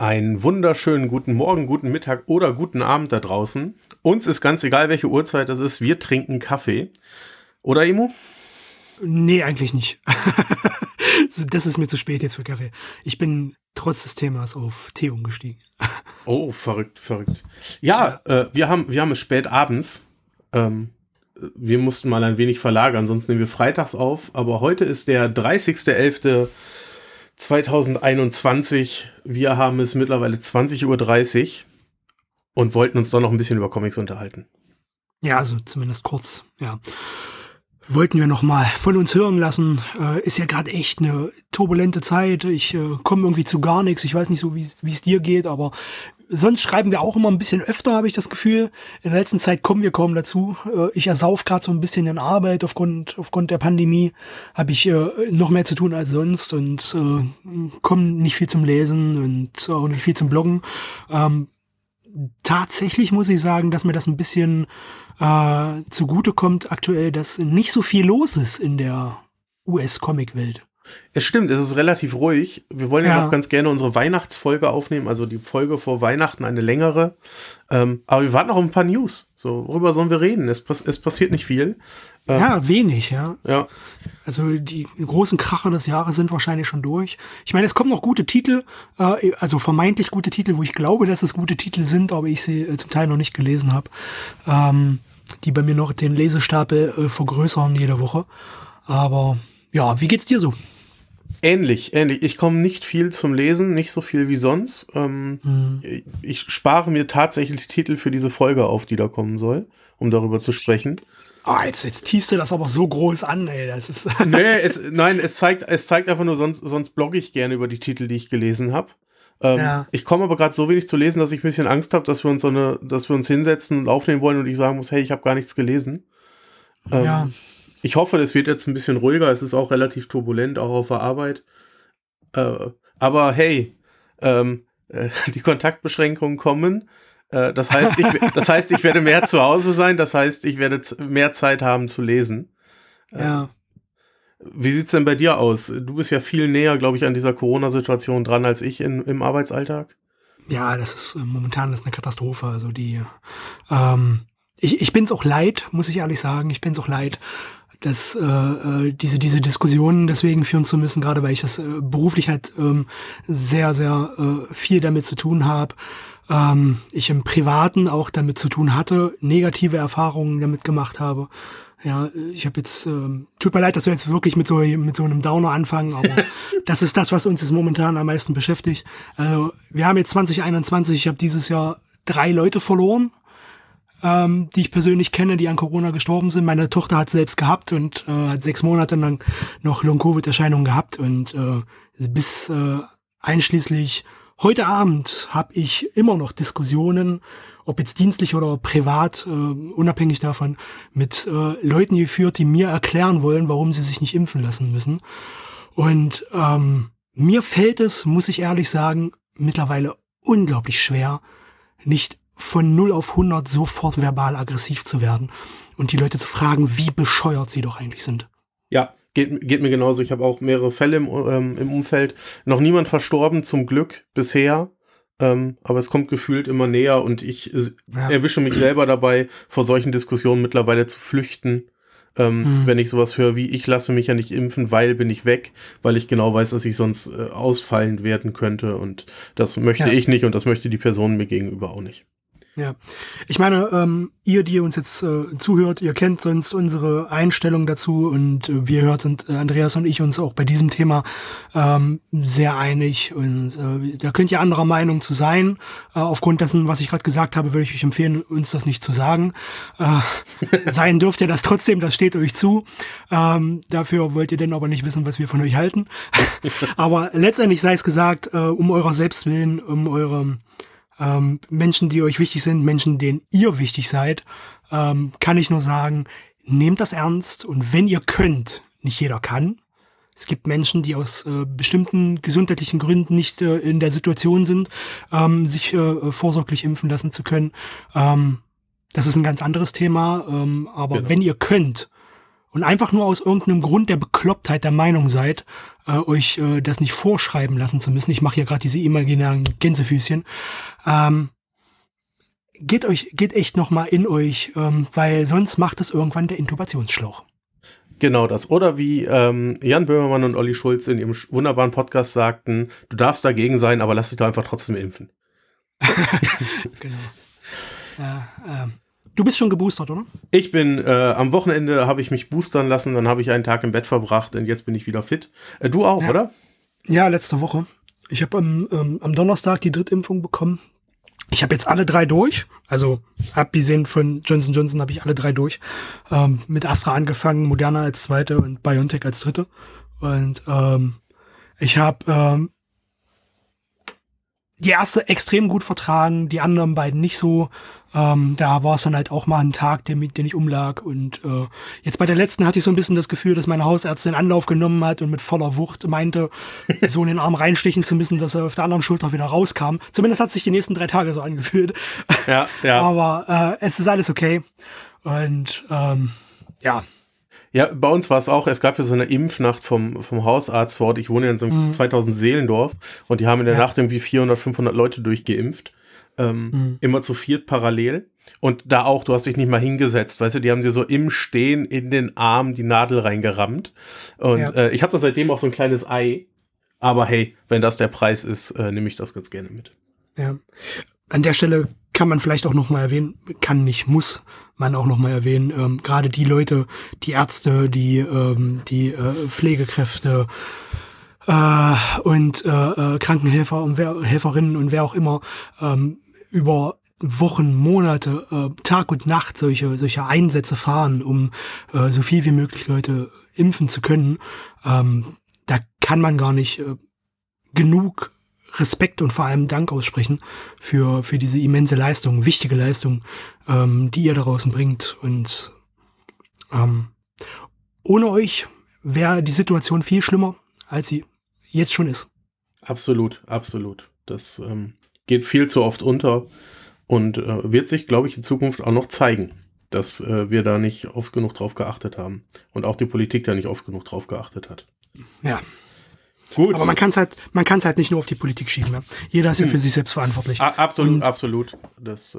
Einen wunderschönen guten Morgen, guten Mittag oder guten Abend da draußen. Uns ist ganz egal, welche Uhrzeit das ist. Wir trinken Kaffee. Oder, Emo? Nee, eigentlich nicht. Das ist mir zu spät jetzt für Kaffee. Ich bin trotz des Themas auf Tee umgestiegen. Oh, verrückt. Ja, wir haben es spät abends. Wir mussten mal ein wenig verlagern, sonst nehmen wir freitags auf. Aber heute ist der 30.11.2021. Wir haben es mittlerweile 20.30 Uhr und wollten uns doch noch ein bisschen über Comics unterhalten. Ja, also zumindest kurz, ja. Wollten wir noch mal von uns hören lassen. Ist ja gerade echt eine turbulente Zeit. Ich komme irgendwie zu gar nichts. Ich weiß nicht so, wie es dir geht, aber sonst schreiben wir auch immer ein bisschen öfter, habe ich das Gefühl. In der letzten Zeit kommen wir kaum dazu. Ich ersauf gerade so ein bisschen in Arbeit aufgrund der Pandemie. Habe ich noch mehr zu tun als sonst und komme nicht viel zum Lesen und auch nicht viel zum Bloggen. Tatsächlich muss ich sagen, dass mir das ein bisschen zugute kommt aktuell, dass nicht so viel los ist in der US-Comic-Welt. Es stimmt, es ist relativ ruhig. Wir wollen ja noch ganz gerne unsere Weihnachtsfolge aufnehmen, also die Folge vor Weihnachten, eine längere. Aber wir warten noch auf ein paar News. So, worüber sollen wir reden? Es passiert nicht viel. Ja, wenig, ja. Ja. Also die großen Kracher des Jahres sind wahrscheinlich schon durch. Ich meine, es kommen noch gute Titel, also vermeintlich gute Titel, wo ich glaube, dass es gute Titel sind, aber ich sie zum Teil noch nicht gelesen habe, die bei mir noch den Lesestapel vergrößern jede Woche. Aber ja, wie geht's dir so? Ähnlich. Ich komme nicht viel zum Lesen, nicht so viel wie sonst. Ich spare mir tatsächlich Titel für diese Folge auf, die da kommen soll, um darüber zu sprechen. Jetzt teast du das aber so groß an, ey. Das ist es zeigt einfach nur, sonst blogge ich gerne über die Titel, die ich gelesen habe. Ich komme aber gerade so wenig zu lesen, dass ich ein bisschen Angst habe, dass wir uns hinsetzen und aufnehmen wollen und ich sagen muss, hey, ich habe gar nichts gelesen. Ich hoffe, das wird jetzt ein bisschen ruhiger. Es ist auch relativ turbulent, auch auf der Arbeit. Aber hey, die Kontaktbeschränkungen kommen. Das heißt, ich werde mehr zu Hause sein. Das heißt, ich werde mehr Zeit haben zu lesen. Ja. Wie sieht's denn bei dir aus? Du bist ja viel näher, glaube ich, an dieser Corona-Situation dran als ich im Arbeitsalltag. Ja, das ist momentan eine Katastrophe. Also ich bin's auch leid, muss ich ehrlich sagen. Ich bin's auch leid, dass diese Diskussionen deswegen führen zu müssen, gerade weil ich das beruflich halt sehr, sehr viel damit zu tun habe. Ich im Privaten auch damit zu tun hatte, negative Erfahrungen damit gemacht habe. Ja, ich habe jetzt, tut mir leid, dass wir jetzt wirklich mit so einem Downer anfangen, aber das ist das, was uns jetzt momentan am meisten beschäftigt. Also wir haben jetzt 2021, ich habe dieses Jahr 3 Leute verloren, die ich persönlich kenne, die an Corona gestorben sind. Meine Tochter hat es selbst gehabt und hat 6 Monate lang noch Long-Covid-Erscheinungen gehabt und bis einschließlich heute Abend habe ich immer noch Diskussionen, ob jetzt dienstlich oder privat, unabhängig davon, mit Leuten geführt, die mir erklären wollen, warum sie sich nicht impfen lassen müssen. Und mir fällt es, muss ich ehrlich sagen, mittlerweile unglaublich schwer, nicht von 0 auf 100 sofort verbal aggressiv zu werden und die Leute zu fragen, wie bescheuert sie doch eigentlich sind. Ja, geht mir genauso. Ich habe auch mehrere Fälle im Umfeld. Noch niemand verstorben, zum Glück, bisher. Aber es kommt gefühlt immer näher und ich erwische mich selber dabei, vor solchen Diskussionen mittlerweile zu flüchten. Wenn ich sowas höre wie, ich lasse mich ja nicht impfen, weil bin ich weg, weil ich genau weiß, dass ich sonst ausfallend werden könnte und das möchte ich nicht und das möchte die Person mir gegenüber auch nicht. Ja, ich meine, ihr, die uns jetzt zuhört, ihr kennt sonst unsere Einstellung dazu und wir hörten Andreas und ich uns auch bei diesem Thema sehr einig und da könnt ihr anderer Meinung zu sein. Aufgrund dessen, was ich gerade gesagt habe, würde ich euch empfehlen, uns das nicht zu sagen. Sein dürft ihr das trotzdem, das steht euch zu. Dafür wollt ihr denn aber nicht wissen, was wir von euch halten. Aber letztendlich sei es gesagt, um eurer selbst willen, um eure Menschen, die euch wichtig sind, Menschen, denen ihr wichtig seid, kann ich nur sagen, nehmt das ernst und wenn ihr könnt, nicht jeder kann. Es gibt Menschen, die aus bestimmten gesundheitlichen Gründen nicht in der Situation sind, sich vorsorglich impfen lassen zu können. Das ist ein ganz anderes Thema, aber wenn ihr könnt und einfach nur aus irgendeinem Grund der Beklopptheit der Meinung seid, euch das nicht vorschreiben lassen zu müssen. Ich mache hier gerade diese imaginären Gänsefüßchen. Geht echt noch mal in euch, weil sonst macht es irgendwann der Intubationsschlauch. Genau das. Oder wie Jan Böhmermann und Olli Schulz in ihrem wunderbaren Podcast sagten, du darfst dagegen sein, aber lass dich doch einfach trotzdem impfen. Genau. Du bist schon geboostert, oder? Ich bin, am Wochenende habe ich mich boostern lassen, dann habe ich einen Tag im Bett verbracht und jetzt bin ich wieder fit. Du auch, ja. Oder? Ja, letzte Woche. Ich habe am Donnerstag die Drittimpfung bekommen. Ich habe jetzt alle 3 durch. Also abgesehen von Johnson & Johnson habe ich alle 3 durch. Mit Astra angefangen, Moderna als zweite und BioNTech als dritte. Und ich habe die erste extrem gut vertragen, die anderen beiden nicht so. Da war es dann halt auch mal ein Tag, den ich umlag. Und jetzt bei der letzten hatte ich so ein bisschen das Gefühl, dass meine Hausärztin Anlauf genommen hat und mit voller Wucht meinte, so in den Arm reinstechen zu müssen, dass er auf der anderen Schulter wieder rauskam. Zumindest hat sich die nächsten 3 Tage so angefühlt. Ja, ja. Aber es ist alles okay. Und ja. Ja, bei uns war es auch, es gab ja so eine Impfnacht vom Hausarzt vor Ort. Ich wohne ja in so einem 2000 Seelendorf und die haben in der Nacht irgendwie 400, 500 Leute durchgeimpft. Immer zu 4 parallel. Und da auch, du hast dich nicht mal hingesetzt, weißt du, die haben dir so im Stehen in den Arm die Nadel reingerammt. Und ich habe da seitdem auch so ein kleines Ei. Aber hey, wenn das der Preis ist, nehme ich das ganz gerne mit. Ja. An der Stelle kann man vielleicht auch noch mal erwähnen, muss man auch noch mal erwähnen, gerade die Leute, die Ärzte, die Pflegekräfte und Krankenhelfer und Helferinnen und wer auch immer über Wochen, Monate, Tag und Nacht solche Einsätze fahren, um so viel wie möglich Leute impfen zu können. Da kann man gar nicht genug Respekt und vor allem Dank aussprechen für diese immense Leistung, wichtige Leistung, die ihr da draußen bringt. Und ohne euch wäre die Situation viel schlimmer, als sie jetzt schon ist. Absolut, absolut. Das geht viel zu oft unter und wird sich, glaube ich, in Zukunft auch noch zeigen, dass wir da nicht oft genug drauf geachtet haben und auch die Politik da nicht oft genug drauf geachtet hat. Ja. Gut. Aber man kann es halt nicht nur auf die Politik schieben. Ne? Jeder ist ja für sich selbst verantwortlich. Absolut, absolut. Das,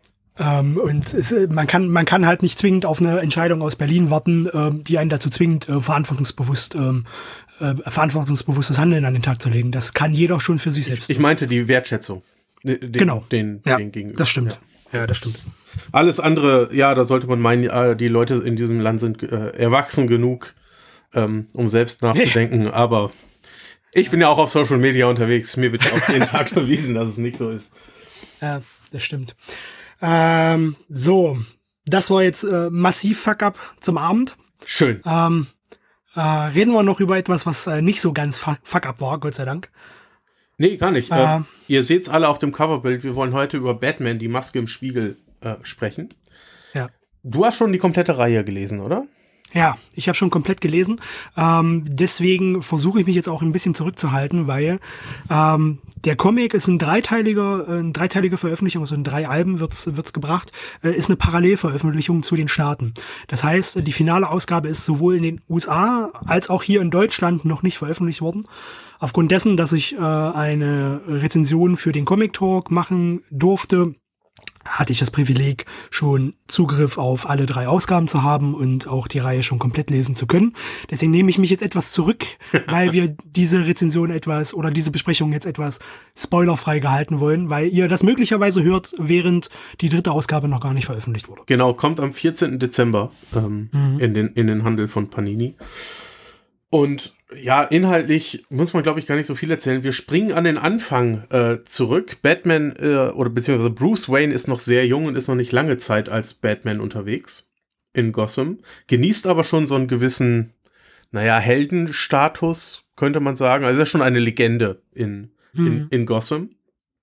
man kann halt nicht zwingend auf eine Entscheidung aus Berlin warten, die einen dazu zwingt, verantwortungsbewusstes Handeln an den Tag zu legen. Das kann jeder schon für sich selbst. Ich meinte die Wertschätzung. Genau. Den gegenüber. Das stimmt. Ja, das stimmt. Alles andere, ja, da sollte man meinen, die Leute in diesem Land sind erwachsen genug, um selbst nachzudenken. Aber ich bin ja auch auf Social Media unterwegs. Mir wird auch jeden Tag bewiesen, dass es nicht so ist. Ja, das stimmt. So, das war jetzt massiv Fuck-up zum Abend. Schön. Reden wir noch über etwas, was nicht so ganz Fuck-up war, Gott sei Dank. Nee, gar nicht. Ihr seht's alle auf dem Coverbild. Wir wollen heute über Batman, die Maske im Spiegel, sprechen. Ja. Du hast schon die komplette Reihe gelesen, oder? Ja, ich habe schon komplett gelesen. Deswegen versuche ich mich jetzt auch ein bisschen zurückzuhalten, weil der Comic ist eine dreiteilige Veröffentlichung, also in 3 Alben wird's gebracht, ist eine Parallelveröffentlichung zu den Staaten. Das heißt, die finale Ausgabe ist sowohl in den USA als auch hier in Deutschland noch nicht veröffentlicht worden. Aufgrund dessen, dass ich eine Rezension für den Comic Talk machen durfte, hatte ich das Privileg, schon Zugriff auf alle 3 Ausgaben zu haben und auch die Reihe schon komplett lesen zu können. Deswegen nehme ich mich jetzt etwas zurück, weil wir diese Rezension diese Besprechung jetzt etwas spoilerfrei gehalten wollen, weil ihr das möglicherweise hört, während die 3. Ausgabe noch gar nicht veröffentlicht wurde. Genau, kommt am 14. Dezember in den Handel von Panini. Und ja, inhaltlich muss man, glaube ich, gar nicht so viel erzählen. Wir springen an den Anfang zurück. Batman oder beziehungsweise Bruce Wayne ist noch sehr jung und ist noch nicht lange Zeit als Batman unterwegs in Gotham. Genießt aber schon so einen gewissen, Heldenstatus, könnte man sagen. Also er ist schon eine Legende in Gotham.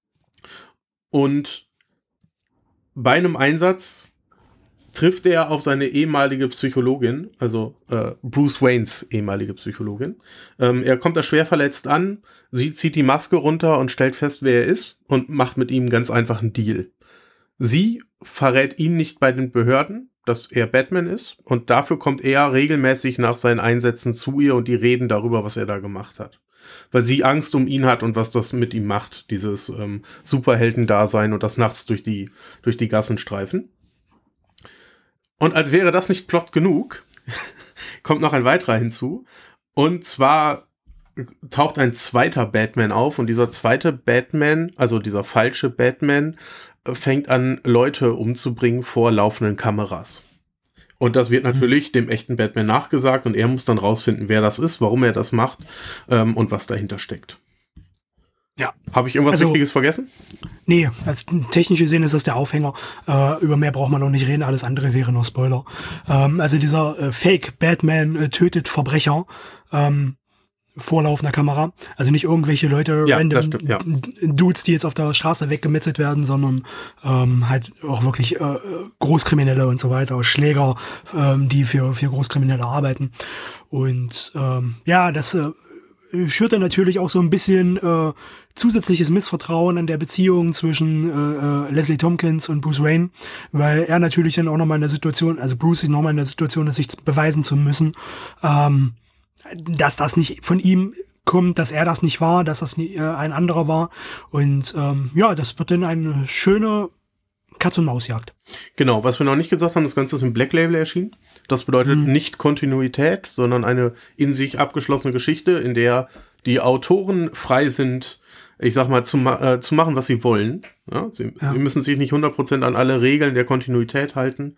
Und bei einem Einsatz trifft er auf seine ehemalige Psychologin, also Bruce Waynes ehemalige Psychologin. Er kommt da schwer verletzt an, sie zieht die Maske runter und stellt fest, wer er ist und macht mit ihm ganz einfach einen Deal. Sie verrät ihn nicht bei den Behörden, dass er Batman ist. Und dafür kommt er regelmäßig nach seinen Einsätzen zu ihr und die reden darüber, was er da gemacht hat. Weil sie Angst um ihn hat und was das mit ihm macht, dieses Superhelden-Dasein und das nachts durch die Gassen streifen. Und als wäre das nicht Plot genug, kommt noch ein weiterer hinzu. Und zwar taucht ein zweiter Batman auf und dieser zweite Batman, also dieser falsche Batman, fängt an, Leute umzubringen vor laufenden Kameras. Und das wird natürlich dem echten Batman nachgesagt und er muss dann rausfinden, wer das ist, warum er das macht und was dahinter steckt. Ja. Habe ich irgendwas Wichtiges vergessen? Nee, also technisch gesehen ist das der Aufhänger. Über mehr braucht man noch nicht reden, alles andere wäre noch Spoiler. Also dieser Fake-Batman tötet Verbrecher vor laufender Kamera. Also nicht irgendwelche Leute, random Dudes, die jetzt auf der Straße weggemetzelt werden, sondern halt auch wirklich Großkriminelle und so weiter, Schläger, die für Großkriminelle arbeiten. Und das schürt dann natürlich auch so ein bisschen zusätzliches Missvertrauen an der Beziehung zwischen Leslie Tompkins und Bruce Wayne, weil er natürlich dann auch nochmal in der Situation, also Bruce ist nochmal in der Situation ist, sich beweisen zu müssen, dass das nicht von ihm kommt, dass er das nicht war, dass das ein anderer war. Und das wird dann eine schöne Katz-und-Maus-Jagd. Genau, was wir noch nicht gesagt haben, das Ganze ist im Black Label erschienen. Das bedeutet nicht Kontinuität, sondern eine in sich abgeschlossene Geschichte, in der die Autoren frei sind, ich sag mal, zu machen, was sie wollen. Ja, sie müssen sich nicht 100% an alle Regeln der Kontinuität halten.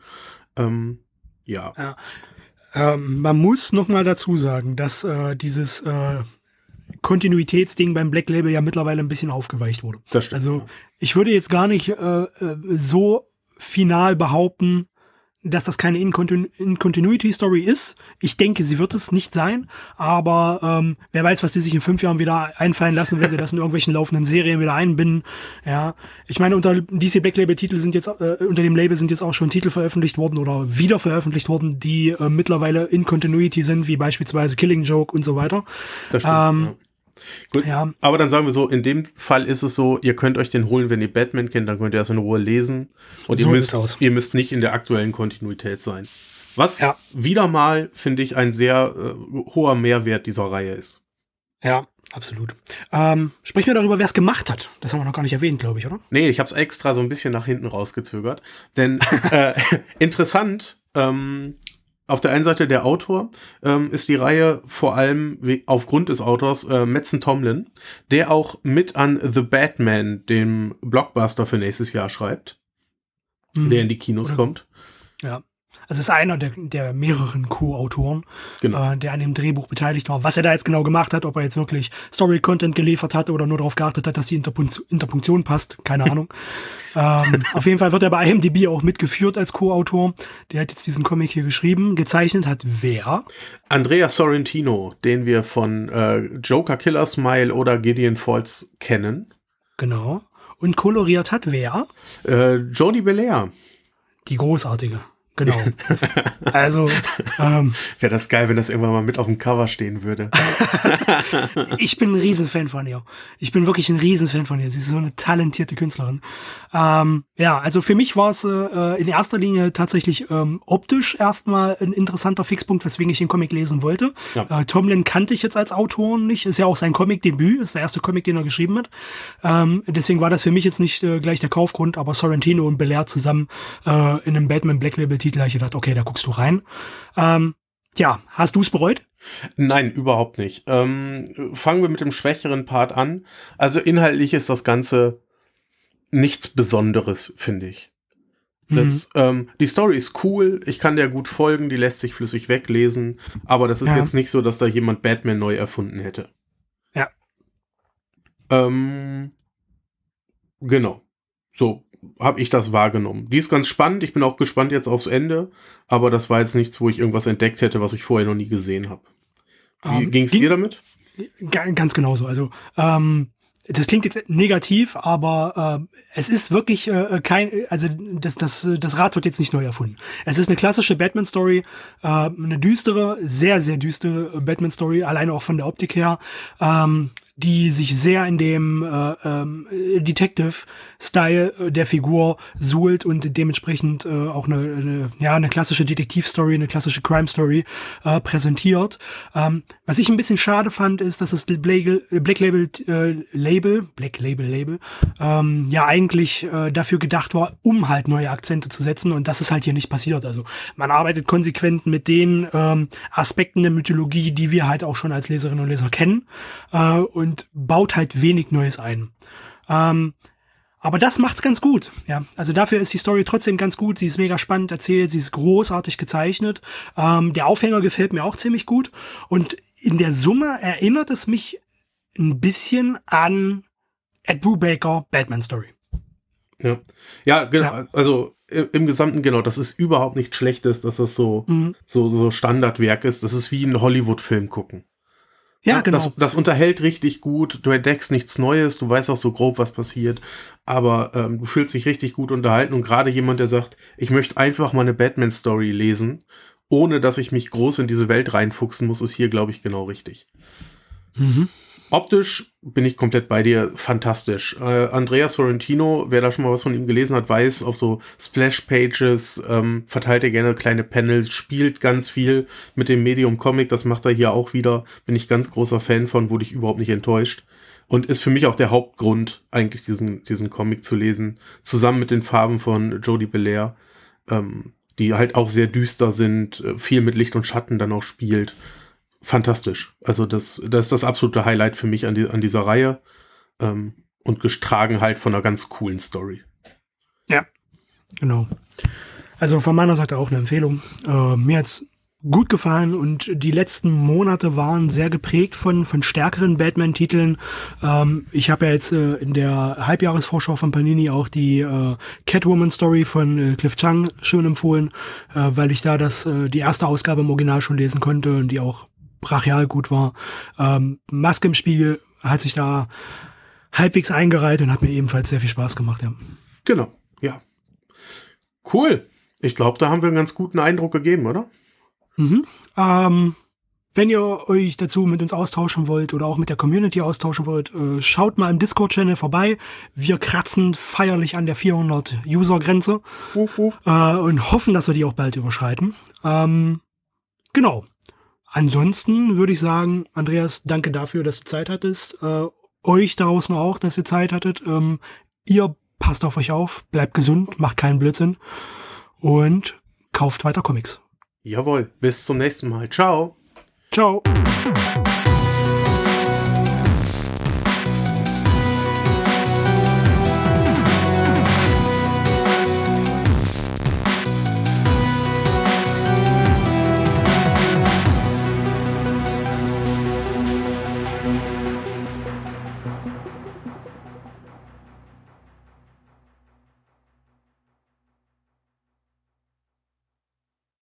Man muss noch mal dazu sagen, dass dieses Kontinuitätsding beim Black Label ja mittlerweile ein bisschen aufgeweicht wurde. Das stimmt. Also ich würde jetzt gar nicht so final behaupten, dass das keine In-Continuity-Story ist. Ich denke, sie wird es nicht sein, aber wer weiß, was die sich in 5 Jahren wieder einfallen lassen, wenn sie das in irgendwelchen laufenden Serien wieder einbinden. Ja, ich meine, unter DC Black Label Titel sind jetzt, unter dem Label sind jetzt auch schon Titel veröffentlicht worden oder wieder veröffentlicht worden, die mittlerweile in Continuity sind, wie beispielsweise Killing Joke und so weiter. Das stimmt, Gut, aber dann sagen wir so, in dem Fall ist es so, ihr könnt euch den holen, wenn ihr Batman kennt, dann könnt ihr das in Ruhe lesen. Und so ihr müsst nicht in der aktuellen Kontinuität sein. Was wieder mal, finde ich, ein sehr hoher Mehrwert dieser Reihe ist. Ja, absolut. Sprechen wir darüber, wer es gemacht hat. Das haben wir noch gar nicht erwähnt, glaube ich, oder? Nee, ich habe es extra so ein bisschen nach hinten rausgezögert. Denn interessant, auf der einen Seite der Autor ist die Reihe vor allem aufgrund des Autors Mattson Tomlin, der auch mit an The Batman, dem Blockbuster für nächstes Jahr schreibt, der in die Kinos kommt. Ja. Also es ist einer der mehreren Co-Autoren, genau. Der an dem Drehbuch beteiligt war. Was er da jetzt genau gemacht hat, ob er jetzt wirklich Story-Content geliefert hat oder nur darauf geachtet hat, dass die Interpunktion passt, keine Ahnung. Auf jeden Fall wird er bei IMDb auch mitgeführt als Co-Autor. Der hat jetzt diesen Comic hier geschrieben. Gezeichnet hat wer? Andrea Sorrentino, den wir von Joker Killer Smile oder Gideon Falls kennen. Genau. Und koloriert hat wer? Jodie Belair. Die Großartige. Genau. Also wäre das geil, wenn das irgendwann mal mit auf dem Cover stehen würde. Ich bin ein Riesenfan von ihr. Ich bin wirklich ein Riesenfan von ihr. Sie ist so eine talentierte Künstlerin. Also für mich war es in erster Linie tatsächlich optisch erstmal ein interessanter Fixpunkt, weswegen ich den Comic lesen wollte. Ja. Tomlin kannte ich jetzt als Autor nicht. Ist ja auch sein Comic-Debüt. Ist der erste Comic, den er geschrieben hat. Deswegen war das für mich jetzt nicht gleich der Kaufgrund, aber Sorrentino und Belair zusammen in einem Batman Black Label Titel habe ich gedacht, okay, da guckst du rein. Hast du es bereut? Nein, überhaupt nicht. Fangen wir mit dem schwächeren Part an. Also inhaltlich ist das Ganze nichts Besonderes, finde ich. Die Story ist cool, ich kann der gut folgen, die lässt sich flüssig weglesen, aber das ist jetzt nicht so, dass da jemand Batman neu erfunden hätte. Ja. Genau. So habe ich das wahrgenommen. Die ist ganz spannend, ich bin auch gespannt jetzt aufs Ende, aber das war jetzt nichts, wo ich irgendwas entdeckt hätte, was ich vorher noch nie gesehen habe. Wie ging es dir damit? Ganz genauso. Also, das klingt jetzt negativ, aber es ist wirklich das Rad wird jetzt nicht neu erfunden. Es ist eine klassische Batman-Story, eine düstere, sehr, sehr düstere Batman-Story, alleine auch von der Optik her. die sich sehr in dem Detective-Style der Figur suhlt und dementsprechend auch eine klassische Detektiv-Story, eine klassische Crime-Story präsentiert. Was ich ein bisschen schade fand, ist, dass das Black Label ja eigentlich dafür gedacht war, um halt neue Akzente zu setzen, und das ist halt hier nicht passiert. Also man arbeitet konsequent mit den Aspekten der Mythologie, die wir halt auch schon als Leserinnen und Leser kennen, und baut halt wenig Neues ein. Aber das macht's ganz gut. Ja, also dafür ist die Story trotzdem ganz gut. Sie ist mega spannend erzählt, sie ist großartig gezeichnet. Der Aufhänger gefällt mir auch ziemlich gut. Und in der Summe erinnert es mich ein bisschen an Ed Brubaker Batman Story. Ja, genau. Ja. Also im Gesamten, genau, das ist überhaupt nichts Schlechtes, dass das so Standardwerk ist. Das ist wie ein Hollywood-Film gucken. Ja, genau. Das unterhält richtig gut. Du entdeckst nichts Neues, du weißt auch so grob, was passiert. Aber du fühlst dich richtig gut unterhalten. Und gerade jemand, der sagt, ich möchte einfach mal eine Batman-Story lesen, ohne dass ich mich groß in diese Welt reinfuchsen muss, ist hier, glaube ich, genau richtig. Mhm. Optisch bin ich komplett bei dir, fantastisch. Andrea Sorrentino, wer da schon mal was von ihm gelesen hat, weiß, auf so Splash-Pages verteilt er gerne kleine Panels, spielt ganz viel mit dem Medium Comic, das macht er hier auch wieder. Bin ich ganz großer Fan von, wurde ich überhaupt nicht enttäuscht. Und ist für mich auch der Hauptgrund, eigentlich diesen Comic zu lesen, zusammen mit den Farben von Jody Belair, die halt auch sehr düster sind, viel mit Licht und Schatten dann auch spielt. Fantastisch. Also das ist das absolute Highlight für mich an dieser Reihe. Und getragen halt von einer ganz coolen Story. Ja, genau. Also von meiner Seite auch eine Empfehlung. Mir hat's gut gefallen und die letzten Monate waren sehr geprägt von stärkeren Batman-Titeln. Ich habe ja jetzt in der Halbjahresvorschau von Panini auch die Catwoman-Story von Cliff Chiang schön empfohlen, weil ich da die erste Ausgabe im Original schon lesen konnte und die auch brachial gut war. Maske im Spiegel hat sich da halbwegs eingereiht und hat mir ebenfalls sehr viel Spaß gemacht. Ja. Genau, ja. Cool. Ich glaube, da haben wir einen ganz guten Eindruck gegeben, oder? Mhm. Wenn ihr euch dazu mit uns austauschen wollt oder auch mit der Community austauschen wollt, schaut mal im Discord-Channel vorbei. Wir kratzen feierlich an der 400-User-Grenze und hoffen, dass wir die auch bald überschreiten. Genau. Ansonsten würde ich sagen, Andreas, danke dafür, dass du Zeit hattest. Euch draußen auch, dass ihr Zeit hattet. Ihr passt auf euch auf, bleibt gesund, macht keinen Blödsinn und kauft weiter Comics. Jawohl, bis zum nächsten Mal. Ciao. Ciao.